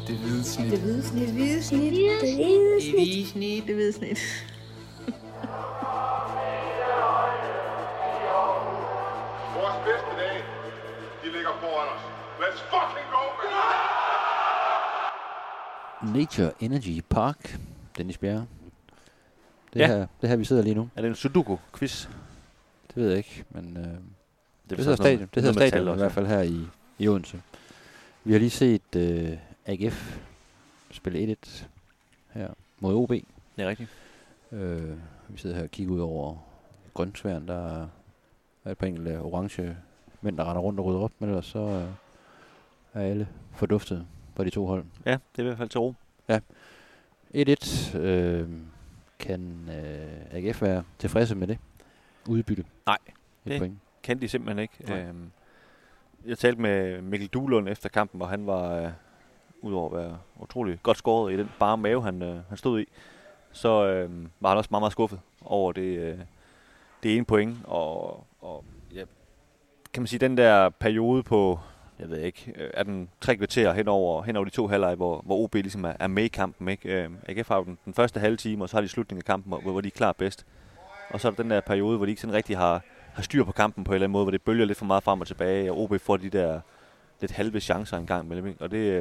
Det hvide snit. Det hvide snit. Det hvide snit. Det hvide snit. Det hvide snit. Det hvide snit. Vores bedste dage, de ligger foran os. Let's fucking go, man! Nature Energy Park, Dennis Bjerre. Ja. Det her, vi sidder lige nu. Er det en Sudoku-quiz? Det ved jeg ikke, men det er hedder sådan stadion. Det hedder stadion i hvert fald her i Odense. Vi har lige set AGF spille 1-1 her mod OB. Det er rigtigt. Vi sidder her og kigger ud over grøntsværen. Der er et par enkelte orange mænd, der render rundt og rydder op, men ellers så er alle forduftet på de to hold. Ja, det er i hvert fald til ro. Ja. 1-1. Kan AGF være tilfredse med det? Udbytte? Nej, et point. Kan de simpelthen ikke. Jeg talte med Mikkel Duelund efter kampen, hvor han var, udover at være utrolig godt skåret i den bare mave, han stod i, så var han også meget, meget skuffet over det ene point. Og ja, kan man sige, den der periode på, jeg ved ikke, er den 3 kvarter hen over de to halvleje, hvor OB ligesom er med i kampen, ikke? AGF har den første halve time, og så har de slutningen af kampen, hvor de er klar bedst. Og så er der den der periode, hvor de ikke sådan rigtig har styr på kampen på en eller anden måde, hvor det bølger lidt for meget frem og tilbage, og OB får de der lidt halve chancer en gang imellem. Og det,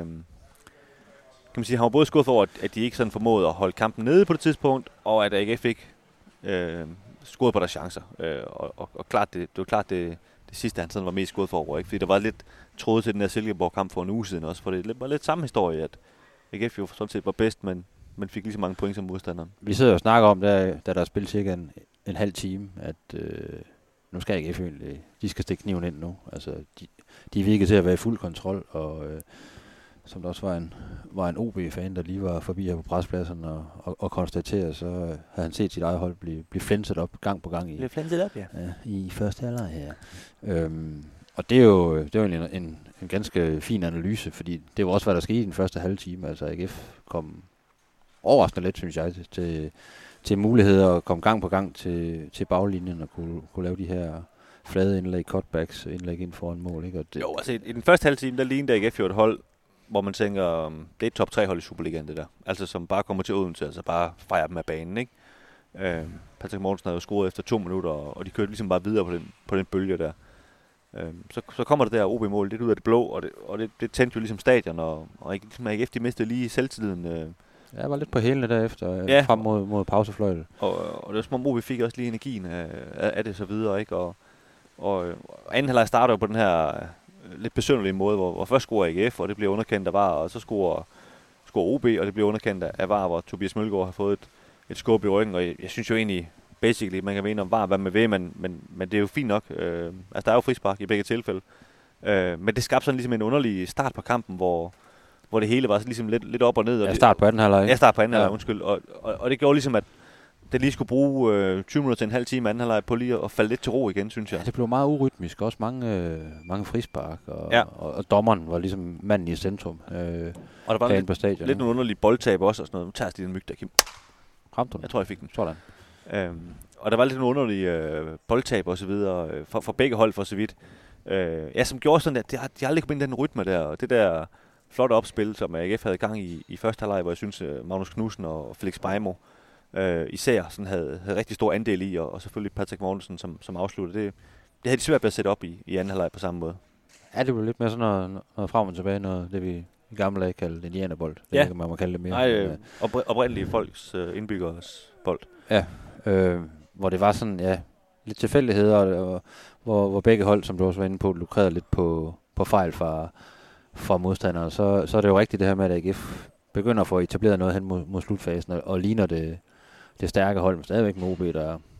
kan man sige, han var både skuffet over, at de ikke sådan formåede at holde kampen nede på det tidspunkt, og at AGF ikke scorede på deres chancer. Og klart, det var klart det sidste, han sådan var mest skuffet over, ikke? Fordi der var lidt tråd til den der Silkeborg-kamp for en uge siden også, for det var lidt samme historie, at AGF jo sådan set var bedst, men fik lige så mange point som modstanderen. Vi sidder og snakker om, da der er spillet cirka en halv time, at nu skal AGF egentlig, de skal stikke kniven ind nu. Altså, de virker til at være i fuld kontrol, og som der også var en OB-fan, der lige var forbi her på prespladsen og konstaterede, så havde han set sit eget hold blive flænset op gang på gang i første halvleg her. Og det er jo egentlig en ganske fin analyse, fordi det var også, hvad der skete i den første halve time. Altså AGF kom overraskende let, synes jeg, til muligheder at komme gang på gang til baglinjen og kunne lave de her flade indlæg, cutbacks, indlæg ind foran mål, ikke? Og det, jo, altså i den første halve time, der lignede AGF jo et hold, hvor man tænker, det er et top 3 hold i Superligaen, det der. Altså som bare kommer til Odense, altså bare fejrer dem af banen, ikke? Patrick Mortensen havde jo scoret efter 2 minutter, og de kørte ligesom bare videre på den bølge der. Så kommer der OB-mål lidt ud af det blå, og det tændte jo ligesom stadion, og ligesom AGF, de mistede lige selvtilliden. Jeg var lidt på hælene derefter, frem mod pausefløjtet. Og det var som om OB fik også lige energien af det så videre, ikke? Og anden halvleg starter jo på den her lidt besynderlige måde, hvor først scorer AGF, og det bliver underkendt af VAR, og så scorer OB, og det bliver underkendt af VAR, hvor Tobias Mølgaard har fået et skub i ryggen, og jeg synes jo egentlig, basically, man kan mene om VAR, hvad man vil, men det er jo fint nok. Altså, der er jo frispark i begge tilfælde. Men det skabte sådan ligesom en underlig start på kampen, hvor det hele var ligesom lidt op og ned. Ja, start på anden halvleg. Ja, start på anden halvleg, undskyld. Og det gjorde ligesom, at det lige skulle bruge 20 minutter til en halv time anden halvleg på lige at falde lidt til ro igen, synes jeg. Ja, det blev meget urytmisk. Også mange frispark, og dommeren var ligesom manden i centrum. Og der var på stadion, lidt nogle underlige boldtab også, og sådan noget. Nu tager jeg lige den myg der, Kim. Ramte du? Jeg tror, jeg fik den. Sådan. Og der var lidt nogle underlige boldtab og så videre, for begge hold for så vidt. Som gjorde sådan, at de aldrig kom ind i den rytme der, og det der flotte opspil, som AGF havde gang i første halvleg, hvor jeg synes, Magnus Knudsen og Felix Beimo især sådan havde rigtig stor andel i, og selvfølgelig Patrick Mortensen, som afsluttede. Det havde de svært ved at sætte op i anden halvleg på samme måde. Ja, det blev lidt mere sådan noget frem og tilbage, noget det vi i gamle dage kaldte indianerbold. Det ja. Kan man må kalde det mere. Nej, oprindelige folks indbyggeres bold. Ja, hvor det var sådan, lidt tilfældigheder, og hvor begge hold, som du også var inde på, lukrerede lidt på fejl fra modstandere. Så er det jo rigtigt det her med, at AGF begynder at få etableret noget hen mod slutfasen, og ligner det stærke hold, men stadigvæk med OB,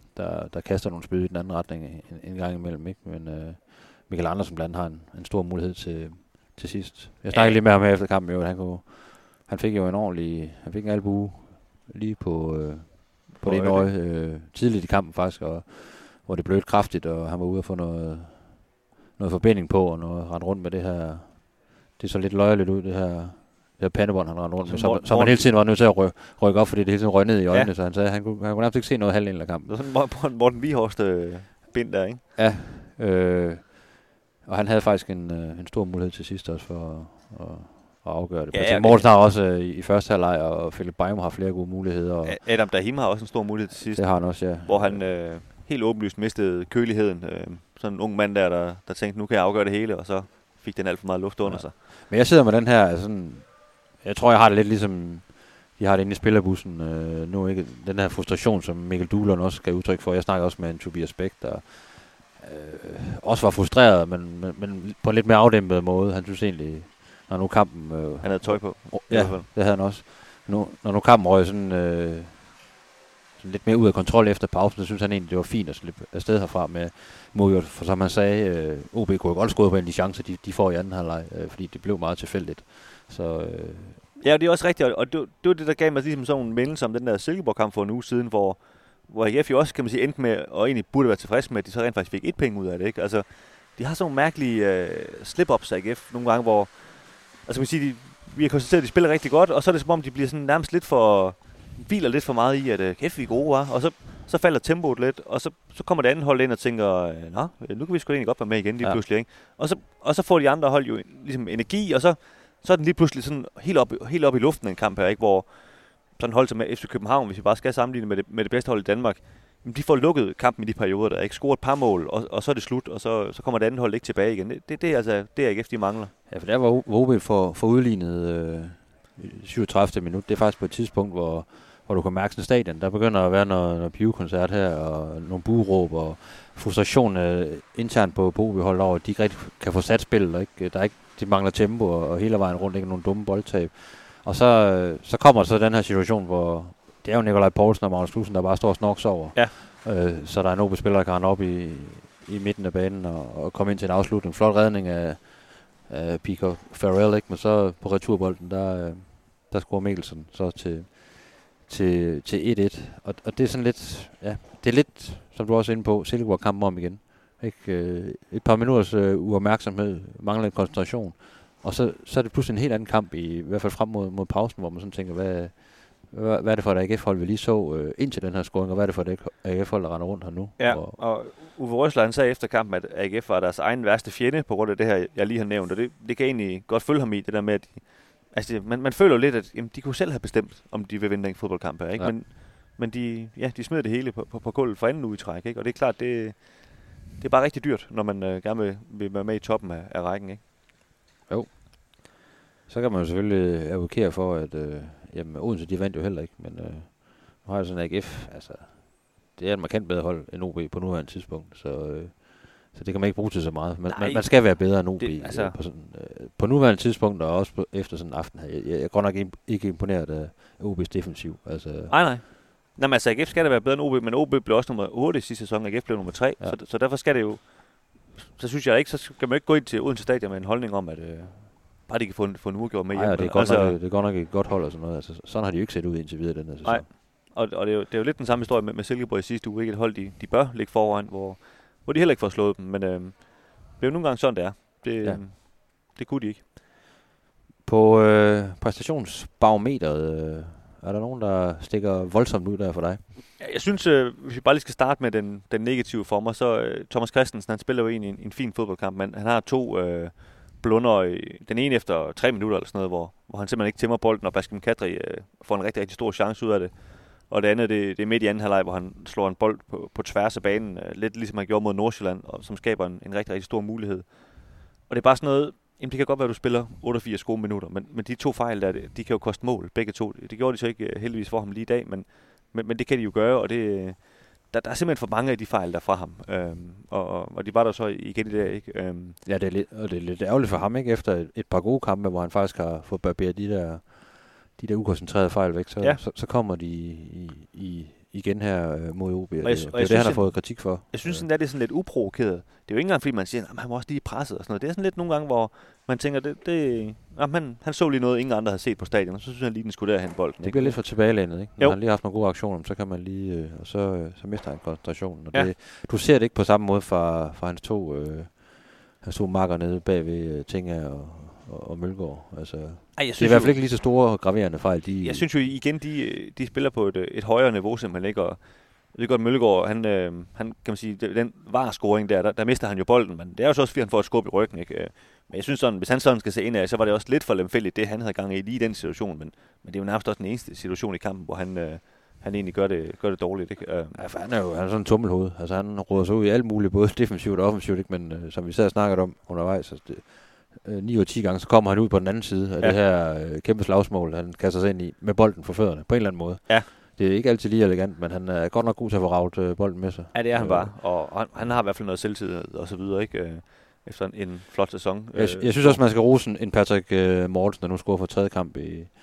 der kaster nogle spil i den anden retning en gang imellem, ikke? Men Michael Andersen blandt andet har en stor mulighed til sidst. Jeg snakkede lige med ham her efter kampen, jo, han fik jo han fik en albue lige på det ene øje tidligt i kampen faktisk, og hvor det blødte kraftigt, og han var ude at få noget forbinding på, og rende rundt med det her. Det så lidt løjerligt ud, det her pandebånd, han rendte rundt med, så man hele tiden var nødt til at rykke op, fordi det hele tiden røg ned i øjnene, så han sagde, han kunne nærmest ikke se noget halvdelen af kampen. Det var sådan Morten Vihorst bind der, ikke? Ja, og han havde faktisk en stor mulighed til sidst også for afgøre det. Ja, Morten har også i første halvleg, og Philip Beim har flere gode muligheder. Og Adam Dahim har også en stor mulighed til sidst. Det har han også, ja. Hvor han helt åbenlyst mistede køligheden. Sådan en ung mand der tænkte, nu kan jeg afgøre det hele, og så fik den alt for meget luft under sig. Men jeg sidder med den her, sådan, jeg tror, jeg har det lidt ligesom, de har det inde i spillerbussen nu, ikke? Den her frustration, som Mikkel Duhlund også gav udtryk for. Jeg snakker også med en Tobias Bæk, der også var frustreret, men på en lidt mere afdæmpet måde. Han synes egentlig, når nu kampen... han havde tøj på. Ja, det havde han også. Når nu kampen røg sådan lidt mere ud af kontrol efter pausen, så synes han egentlig, det var fint at slippe afsted herfra med Mojot. For som han sagde, OB kunne jo godt score på en af de chancer, de får i anden halvleg, fordi det blev meget tilfældigt. Så... Ja, det er også rigtigt, og det var det, der gav mig ligesom sådan en mindelse om den der Silkeborg-kamp for en uge siden, hvor AGF jo også, kan man sige, endte med, og egentlig burde være tilfreds med, at de så rent faktisk fik 1 penge ud af det, ikke? Altså, de har sådan nogle mærkelige slip-ups af AGF nogle gange, hvor, altså man sige, vi har konstateret, at de spiller rigtig godt, og så er det som om, de bliver sådan nærmest hviler lidt for meget i, at kæft, vi er gode, var, og så falder tempoet lidt, og så kommer det andet hold ind og tænker, nu kan vi sgu egentlig godt være med igen lige pludselig, ikke? Og så får de andre hold jo ligesom energi, og så er den lige pludselig sådan helt op i luften en kamp her, ikke? Hvor sådan hold som FC København, hvis vi bare skal sammenligne med det bedste hold i Danmark, de får lukket kampen i de perioder, der ikke scoret et par mål, og så er det slut, og så kommer det andet hold ikke tilbage igen. Det er altså det AGF, de mangler. Ja, for der var OB for udlignet 37. minut. Det er faktisk på et tidspunkt, hvor du kan mærke sådan stadion. Der begynder at være noget pivekoncert her, og nogle bueråb og frustration internt på OB-holdet over, at de ikke rigtig kan få sat spillet. De mangler tempo, og hele vejen rundt ikke nogle dumme boldtab. Og så kommer så den her situation, hvor det er jo Nikolaj Poulsen og Magnus Knudsen, der bare står og snorks over. Ja. Så der er en OB-spiller, der kan rende op i midten af banen og komme ind til en afslutning. Flot redning af Pico Farrell, ikke? Men så på returbolden, der scorer Mikkelsen så til 1-1. Og det er sådan lidt, ja, det er lidt, som du også er inde på, Silkeborg-kampen om igen. Ikke? Et par minutters uopmærksomhed, manglende koncentration. Og så er det pludselig en helt anden kamp, i hvert fald frem mod pausen, hvor man sådan tænker, hvad er det for et AGF-hold, vi lige så indtil den her scoring, og hvad er det for et AGF-hold, der render rundt her nu? Ja, og Uwe Røsler sagde efter kampen, at AGF var deres egen værste fjende på grund af det her, jeg lige har nævnt, og det kan egentlig godt følge ham i, det der med, at man føler lidt, at jamen, de kunne selv have bestemt, om de vil vinde en fodboldkamp her, ikke? Ja. Men de smider det hele på gulvet for anden uge i træk, ikke? Og det er klart, det er bare rigtig dyrt, når man gerne vil være med i toppen af rækken, ikke? Jo. Så kan man jo selvfølgelig advokere for, at Odense, de vandt jo heller ikke, men nu har jeg sådan en AGF, altså, det er et markant bedre hold end OB på nuværende tidspunkt, så det kan man ikke bruge til så meget. Man skal være bedre end OB på nuværende tidspunkt, og også efter sådan en aften her. Jeg er godt nok ikke imponeret af OB's defensiv. Altså. Nej. Nå, men altså AGF skal da være bedre end OB, men OB blev også nummer 8 i sidste sæson, og AGF blev nummer 3, ja. Så derfor skal det jo, så synes jeg ikke, så skal man ikke gå ind til Odense Stadion med en holdning om, at bare de kan få en uafgjort med hjem. Nej, det er godt nok et godt hold og sådan noget. Altså, sådan har de jo ikke set ud indtil videre den her sæson. Nej, og det er jo lidt den samme historie med Silkeborg i sidste uge. Ikke et hold, de bør ligge foran, hvor de heller ikke får slået dem. Men det er jo nogle gange sådan, det er. Det kunne de ikke. På præstationsbarometeret, er der nogen, der stikker voldsomt ud der for dig? Jeg synes, hvis vi bare lige skal starte med den negative for mig, så Thomas Christensen, han spiller jo egentlig en fin fodboldkamp, men han har 2... blunder, den ene efter 3 minutter eller sådan noget, hvor han simpelthen ikke tæmmer bolden, og Baskem Kadri får en rigtig, rigtig stor chance ud af det. Og det andet, det er midt i anden halvleg, hvor han slår en bold på tværs af banen, lidt ligesom han gjorde mod Nordsjælland, og som skaber en rigtig, rigtig stor mulighed. Og det er bare sådan noget, jamen det kan godt være, at du spiller 88 gode minutter, men de 2 fejl der, de kan jo koste mål, begge 2. Det gjorde de så ikke heldigvis for ham lige i dag, men det kan de jo gøre, og det... Der er simpelthen for mange af de fejl der fra ham, og de var der så igen i dag, ikke? Ja, det er lidt ærgerligt for ham, ikke? Efter et par gode kampe, hvor han faktisk har fået barberet de der ukoncentrerede fejl væk, så kommer de igen her mod OB, og det er det, han har fået kritik for. Jeg synes, at det er sådan lidt uprovokeret. Det er jo ikke engang, fordi man siger, at han var også lige presset og sådan noget. Det er sådan lidt nogle gange, hvor man tænker, han så lige noget, ingen andre havde set på stadion, og så synes han lige, den skulle derhen bolden. Det bliver lidt for tilbagelænet, ikke? Når han lige har haft nogle gode aktioner, så kan man lige, og så mister han koncentrationen. Og du ser det ikke på samme måde fra hans to marker nede bagved Tinga og Mølgaard. Altså, det er i hvert fald ikke lige så store graverende fejl. Jeg synes jo igen, de spiller på et højere niveau simpelthen, ikke? Og Jeg ved godt, Møllegaard, han kan man sige, den VAR-scoring der mister han jo bolden, men det er jo så også, fordi han får et skub i ryggen, ikke? Men jeg synes sådan, hvis han sådan skal se ind af, så var det også lidt for lemfældigt, det han havde gang i lige i den situation, men det er jo nærmest også den eneste situation i kampen, hvor han egentlig gør det dårligt, ikke? Ja, for han er sådan en tummelhoved. Altså han råder sig ud i alt muligt, både defensivt og offensivt, ikke? Men som vi sad og snakket om undervejs, altså 9 ud af 10 gange, så kommer han ud på den anden side af det her kæmpe slagsmål, han kaster sig ind i med bolden for fødderne, på en eller anden måde. Ja. Det er ikke altid lige elegant, men han er godt nok god til at få ravet bolden med sig. Ja, det er han bare, og han har i hvert fald noget selvtid og så videre, ikke? Efter en flot sæson. Jeg synes også, man skal rose en Patrick Mortensen, der nu scorer for tredje kamp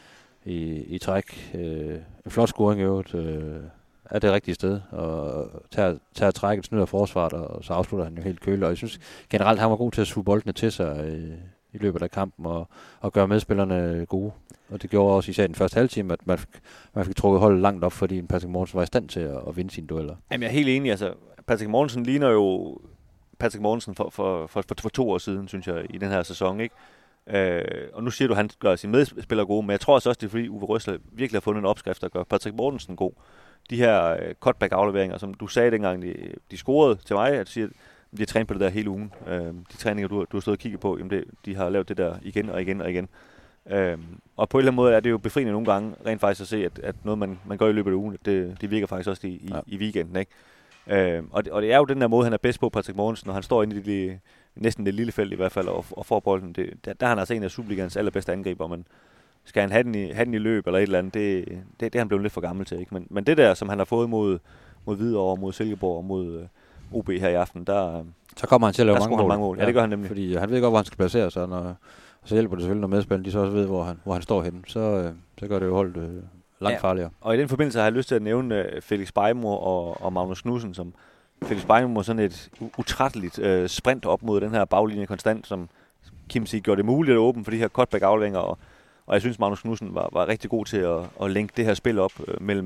i træk. En flot scoring i øvrigt. Er det rigtige sted, og tager trækket, snyder forsvaret, og så afslutter han jo helt køligt. Og jeg synes generelt, han var god til at suge boldene til sig i løbet af kampen, og gøre medspillerne gode. Og det gjorde også især den første halvtime, at man fik trukket holdet langt op, fordi Patrick Mortensen var i stand til at vinde sine dueller. Jamen, jeg er helt enig. Altså, Patrick Mortensen ligner jo Patrick Mortensen for 2 år siden, synes jeg, i den her sæson, ikke? Og nu siger du, at han gør sine medspillere gode, men jeg tror også, det er fordi Uwe Røsler virkelig har fundet en opskrift, der gør Patrick Mortensen god. De her cutback-afleveringer, som du sagde dengang, de scorede til mig, at du siger, de har trænet på det der hele ugen. De træninger, du har stået og kigget på, jamen de har lavet det der igen og igen og igen. Og på en eller anden måde er det jo befriende nogle gange, rent faktisk at se, at noget, man gør i løbet af ugen, det virker faktisk også i weekenden, ikke? Og det er jo den der måde, han er bedst på, Patrick Mortensen, når han står inde i næsten det lille felt i hvert fald, og får bolden. Der er han altså en af Superligans allerbedste angriber, men skal han have den i løb eller et eller andet, det er han blevet lidt for gammel til, ikke? Men det der, som han har fået mod Hvidovre, mod Silkeborg og mod OB her i aften, så kommer han til at lave mange mål. Ja, det gør han nemlig. Fordi han ved godt, hvor han skal placere sig, og så hjælper det selvfølgelig, når medspillerne de så også ved, hvor han står henne. Så gør det jo holdet langt farligere. Og i den forbindelse har jeg lyst til at nævne Felix Beijmo og Magnus Knudsen, som Felix Beijmo sådan et utrætteligt sprint op mod den her baglinje konstant, som Kim siger gjorde det muligt at åbne for de her cutback-afleveringer, og jeg synes, Magnus Knudsen var rigtig god til at linke det her spil op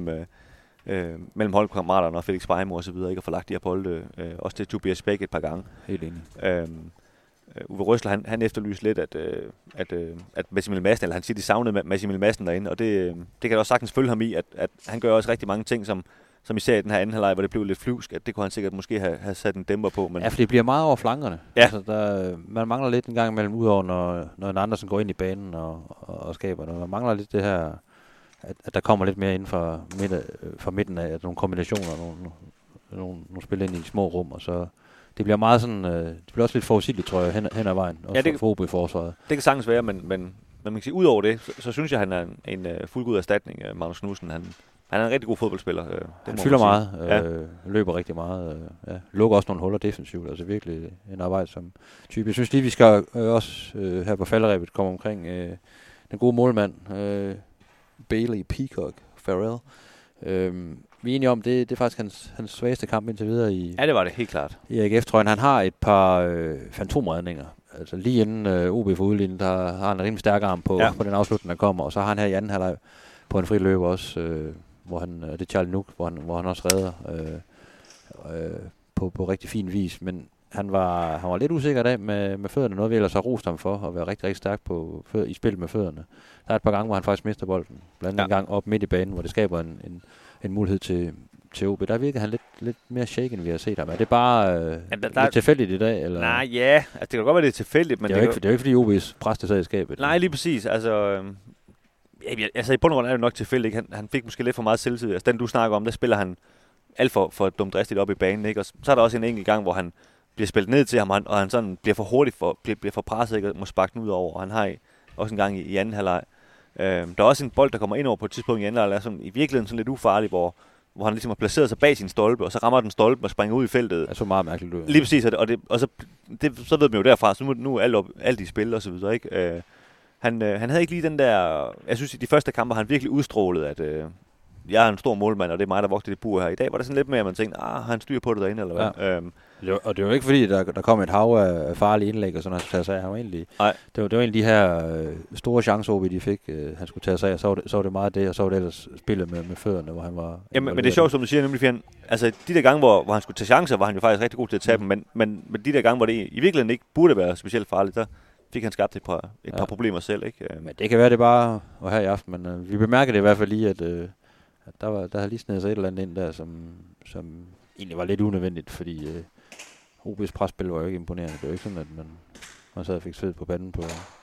mellem holdkammeraterne og Felix Beijmo og så videre, ikke at få lagt de her bolde, også til Tobias Bæk et par gange. Helt enig. Uwe Røsler, han efterlyste lidt, at Massimil Madsen, eller han siger, de savnede Massimil Madsen derinde, og det kan også sagtens følge ham i, at han gør også rigtig mange ting, som især i den her anden halvleg, hvor det blev lidt flyvsk, at det kunne han sikkert måske have sat en dæmper på. Men ja, for det bliver meget over flankerne. Ja. Altså, man mangler lidt en gang imellem, udover når en Andersen går ind i banen og skaber noget. Man mangler lidt det her, at der kommer lidt mere inden for midten af nogle kombinationer, nogle spil ind i små rum, og så det bliver meget sådan, det bliver også lidt forudsigeligt, tror jeg, hen ad vejen, også for OB i forsvaret. Det kan sagtens være, men man kan sige, ud over det, så synes jeg, han er en fuldgod erstatning af Magnus Knudsen. Han er en rigtig god fodboldspiller. Han fylder meget, løber rigtig meget, lukker også nogle huller defensivt, altså virkelig en arbejde som type. Jeg synes lige, vi skal også her på falderæbet komme omkring den gode målmand, Bailey Peacock Farrell. Vi er enige om, det er faktisk hans svageste kamp indtil videre i... Ja, det var det, helt klart. I AGF-trøjen. Han har et par fantomredninger. Altså lige inden OB for udlignet, der har han en rimelig stærk arm på den afslutning, der kommer. Og så har han her i anden halvleg på en fri løb også, hvor det er Charlie Nuk, hvor han også redder på rigtig fin vis. Men han var lidt usikker dag med fødderne. Noget vi ellers har rost ham for, at være rigtig, rigtig stærk i spil med fødderne. Der er et par gange, hvor han faktisk mister bolden. Blandt andet en gang op midt i banen, hvor det skaber en mulighed til OB. Der virker han lidt mere shaken, end vi har set ham. Er det bare lidt tilfældigt i dag? Eller? Nej, ja. Altså, det kan godt være, det er tilfældigt. Men det er jo ikke, fordi OB's præste sad i skabet. Nej, lige præcis. Altså i bund og grund er det nok tilfældigt. Han fik måske lidt for meget selvtid. Altså, den du snakker om, der spiller han alt for dumdristigt op i banen. Ikke? Og så er der også en enkelt gang, hvor han bliver spillet ned til ham, og han sådan bliver for hurtigt, bliver for presset, ikke? Og må sparke den ud over. Og han har også en gang i anden halvleg. Der er også en bold, der kommer ind over på et tidspunkt i anden halvleg, som i virkeligheden sådan lidt ufarlig, hvor han ligesom har placeret sig bag sin stolpe, og så rammer den stolpe og springer ud i feltet. Det er så meget mærkeligt ud. Lige præcis, og så ved man jo derfra, så nu er alt i spil og så videre, ikke? Han havde ikke lige den der... Jeg synes, i de første kampe har han virkelig udstrålet, at jeg er en stor målmand, og det er mig, der vogter det bur her. I dag var det sådan lidt mere, at man tænkte, har han styr på det derinde, eller hvad? Ja. Og det var ikke fordi, der kom et hav af farlige indlæg, og sådan noget, han sagde, han var egentlig... Det var egentlig de her store chancer, de fik, han skulle tage sig af, så var det meget det, og så var det ellers spillet med fødderne, hvor han var... Jamen, men det er sjovt, som du siger, nemlig, fordi altså, de der gange, hvor han skulle tage chancer, var han jo faktisk rigtig god til at tage dem, men de der gange, hvor det i virkeligheden ikke burde være specielt farligt, der fik han skabt et par problemer selv, ikke? Men det kan være, det bare var her i aften, men vi bemærker det i hvert fald lige, der har lige snedet sig et eller andet ind der, som egentlig var lidt unødvendigt, fordi OB's presspil var jo ikke imponerende. Det var ikke sådan, at man sad og fik sved på panden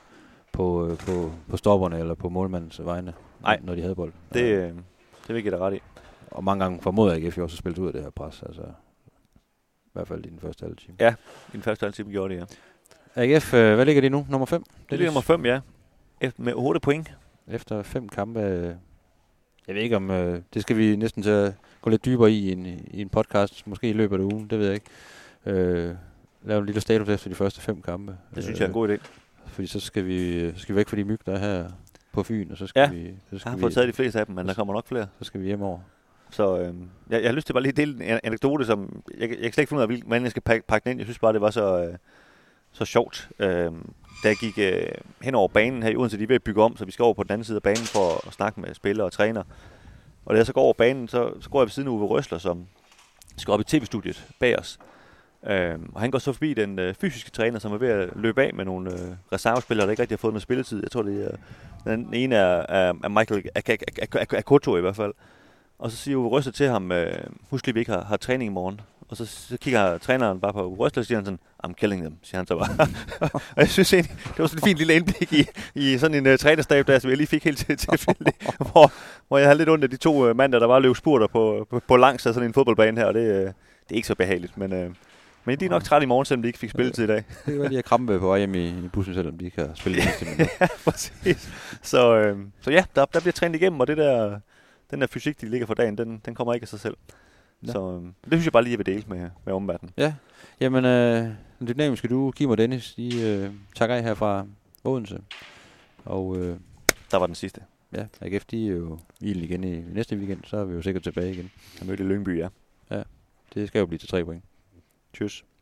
på stopperne eller på målmandens vegne, når de havde bold. Det vil jeg da ret i. Og mange gange formoder AGF jo også at spille ud af det her pres, altså i hvert fald i den første halve time. Ja, i den første halve time gjorde det, ja. AGF, hvad ligger de nu? Nummer 5? Det ligger nummer 5, ja. Med 8 point. Efter 5 kampe. Jeg ved ikke om, det skal vi næsten til at gå lidt dybere i en podcast, måske i løbet af ugen, det ved jeg ikke. Lave en lille status efter de første 5 kampe. Det synes jeg er en god idé. Fordi så skal vi væk fra de myg, der er her på Fyn, og så skal vi... Jeg har fået taget de fleste af dem, men der kommer nok flere. Så skal vi hjem over. Så jeg har lyst til bare lige at dele en anekdote, som jeg kan slet ikke finde ud af, hvordan jeg skal pakke den ind. Jeg synes bare, det var så sjovt. Da jeg gik hen over banen her i Odense, de er ved at bygge om, så vi skal over på den anden side af banen for at snakke med spillere og træner. Og da jeg så går over banen, så går jeg ved siden af Uwe Røsler, som skal op i tv-studiet bag os. Og han går så forbi den fysiske træner, som er ved at løbe af med nogle reservespillere, der ikke rigtig har fået noget spilletid. Jeg tror, den ene er Michael Akoto i hvert fald. Og så siger Uwe Røsler til ham, husk lige, vi ikke har træning i morgen. Og så kigger træneren bare på Uwe Røsler og siger han sådan, I'm killing them, siger han så bare. Og jeg synes egentlig, det var sådan en fin lille indblik i sådan en trænerstab, der jeg lige fik helt tilfældigt, hvor jeg havde lidt ondt af de 2 mandler, der bare løb spurter på langs af sådan en fodboldbane her, og det er ikke så behageligt, men de er nok trætte i morgen, selvom de ikke fik spilletid i dag. Det kan være, de har krampe på vej hjem i bussen, selvom de ikke har spillet til minutter. Ja, præcis. Så ja, der bliver trænet igennem, og den der fysik, de ligger for dagen, den kommer ikke af sig selv. Ja. Så det synes jeg bare lige, jeg vil dele med omverdenen. Ja, jamen den dynamiske duo, Kim og Dennis, de takker af her fra Odense. Og der var den sidste. Ja, AGF, de er jo ilden igen i næste weekend, så er vi jo sikkert tilbage igen. Jeg mødte i Lyngby, ja. Ja, det skal jo blive til 3 point. Tjus.